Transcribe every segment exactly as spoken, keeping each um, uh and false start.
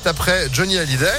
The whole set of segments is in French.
après Johnny Hallyday.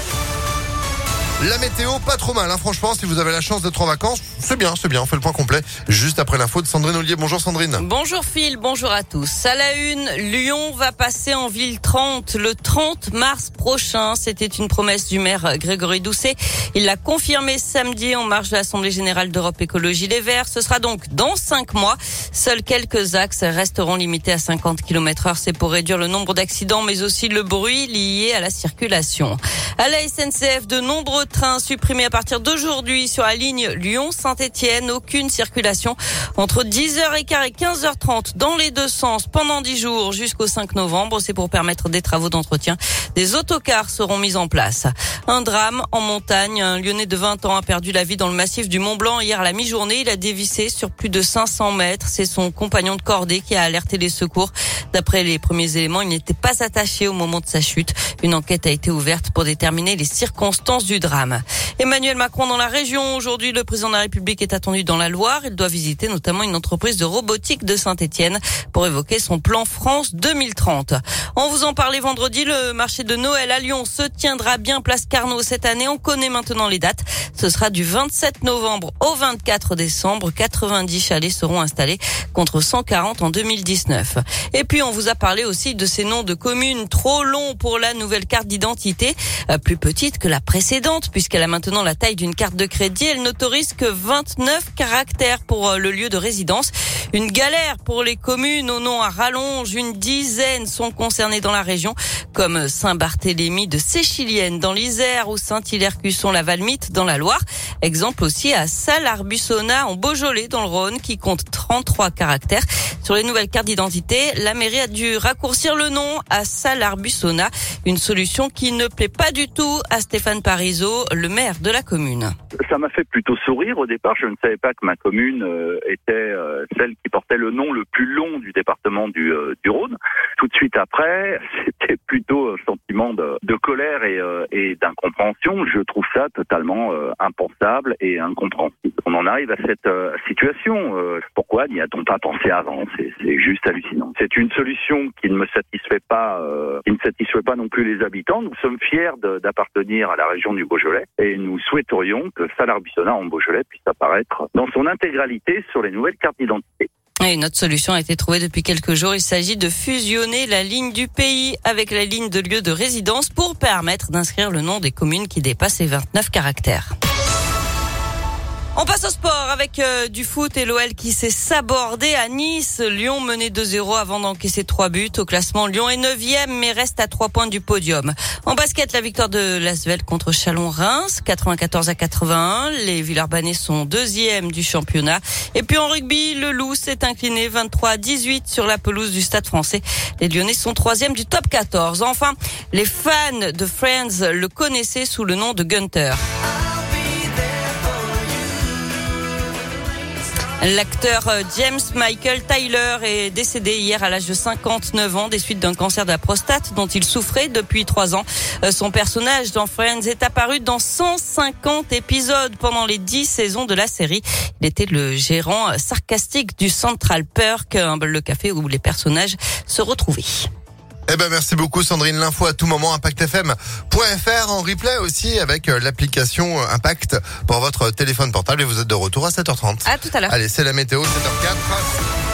La météo, pas trop mal, hein, franchement, si vous avez la chance d'être en vacances, c'est bien, c'est bien, on fait le point complet juste après l'info de Sandrine Ollier. Bonjour Sandrine. Bonjour Phil, bonjour à tous. À la une, Lyon va passer en ville trente le trente mars prochain. C'était une promesse du maire Grégory Doucet. Il l'a confirmé samedi en marge de l'Assemblée Générale d'Europe Écologie Les Verts. Ce sera donc dans cinq mois. Seuls quelques axes resteront limités à cinquante kilomètres heure. C'est pour réduire le nombre d'accidents, mais aussi le bruit lié à la circulation. À la S N C F, de nombreux trains supprimés à partir d'aujourd'hui sur la ligne Lyon-Saint-Étienne. Aucune circulation entre dix heures quinze et quinze heures trente dans les deux sens pendant dix jours jusqu'au cinq novembre. C'est pour permettre des travaux d'entretien. Des autocars seront mis en place. Un drame en montagne. Un Lyonnais de vingt ans a perdu la vie dans le massif du Mont-Blanc hier à la mi-journée. Il a dévissé sur plus de cinq cents mètres. C'est son compagnon de cordée qui a alerté les secours. D'après les premiers éléments, il n'était pas attaché au moment de sa chute. Une enquête a été ouverte pour déterminer les circonstances du drame. Emmanuel Macron dans la région. Aujourd'hui, le président de la République est attendu dans la Loire. Il doit visiter notamment une entreprise de robotique de Saint-Étienne pour évoquer son plan France deux mille trente. On vous en parlait vendredi, le marché de Noël à Lyon se tiendra bien place Carnot cette année. On connaît maintenant les dates. Ce sera du vingt-sept novembre au vingt-quatre décembre. quatre-vingt-dix chalets seront installés contre cent quarante en deux mille dix-neuf. Et puis, on vous a parlé aussi de ces noms de communes trop longs pour la nouvelle carte d'identité, euh, plus petite que la précédente puisqu'elle a maintenant la taille d'une carte de crédit. Elle n'autorise que vingt-neuf caractères pour euh, le lieu de résidence. Une galère pour les communes au nom à rallonge. Une dizaine sont concernées dans la région, comme Saint-Barthélemy de Séchilienne dans l'Isère ou Saint-Hilaire-Cusson la Valmite dans la Loire. Exemple aussi à Salles-Arbussona en Beaujolais dans le Rhône qui compte trente-trois caractères. Sur les nouvelles cartes d'identité, la mairie a dû raccourcir le nom à Salles-Arbussona, une solution qui ne plaît pas du tout à Stéphane Parisot, le maire de la commune. Ça m'a fait plutôt sourire au départ. Je ne savais pas que ma commune euh, était euh, celle qui portait le nom le plus long du département du, euh, du Rhône. Tout de suite après, c'était plutôt un sentiment de, de colère et, euh, et d'incompréhension. Je trouve ça totalement euh, impensable et incompréhensible. On en arrive à cette euh, situation. Euh, pourquoi n'y a-t-on pas pensé avant ? C'est, c'est juste hallucinant. C'est une solution qui ne me satisfait pas, euh, qui ne satisfait pas non plus les habitants. Nous sommes fiers de, d'appartenir à la région du Beaujolais et nous souhaiterions que Salles-Arbussona en Beaujolais puisse apparaître dans son intégralité sur les nouvelles cartes d'identité. Et une autre solution a été trouvée depuis quelques jours. Il s'agit de fusionner la ligne du pays avec la ligne de lieu de résidence pour permettre d'inscrire le nom des communes qui dépassent les vingt-neuf caractères. On passe au sport avec euh, du foot et l'O L qui s'est sabordé à Nice. Lyon menait deux zéro avant d'encaisser trois buts. Au classement, Lyon est neuvième mais reste à trois points du podium. En basket, la victoire de l'A S V E L contre Chalon-Reims, quatre-vingt-quatorze à quatre-vingt-un. Les Villeurbanais sont deuxième du championnat. Et puis en rugby, le Loup s'est incliné vingt-trois à dix-huit sur la pelouse du Stade Français. Les Lyonnais sont troisième du top quatorze. Enfin, les fans de Friends le connaissaient sous le nom de Gunther. L'acteur James Michael Tyler est décédé hier à l'âge de cinquante-neuf ans des suites d'un cancer de la prostate dont il souffrait depuis trois ans. Son personnage dans Friends est apparu dans cent cinquante épisodes pendant les dix saisons de la série. Il était le gérant sarcastique du Central Perk, le café où les personnages se retrouvaient. Eh ben merci beaucoup Sandrine, l'info à tout moment impact f m point f r en replay aussi avec l'application Impact pour votre téléphone portable et vous êtes de retour à sept heures trente. À tout à l'heure. Allez, c'est la météo, sept heures zéro quatre.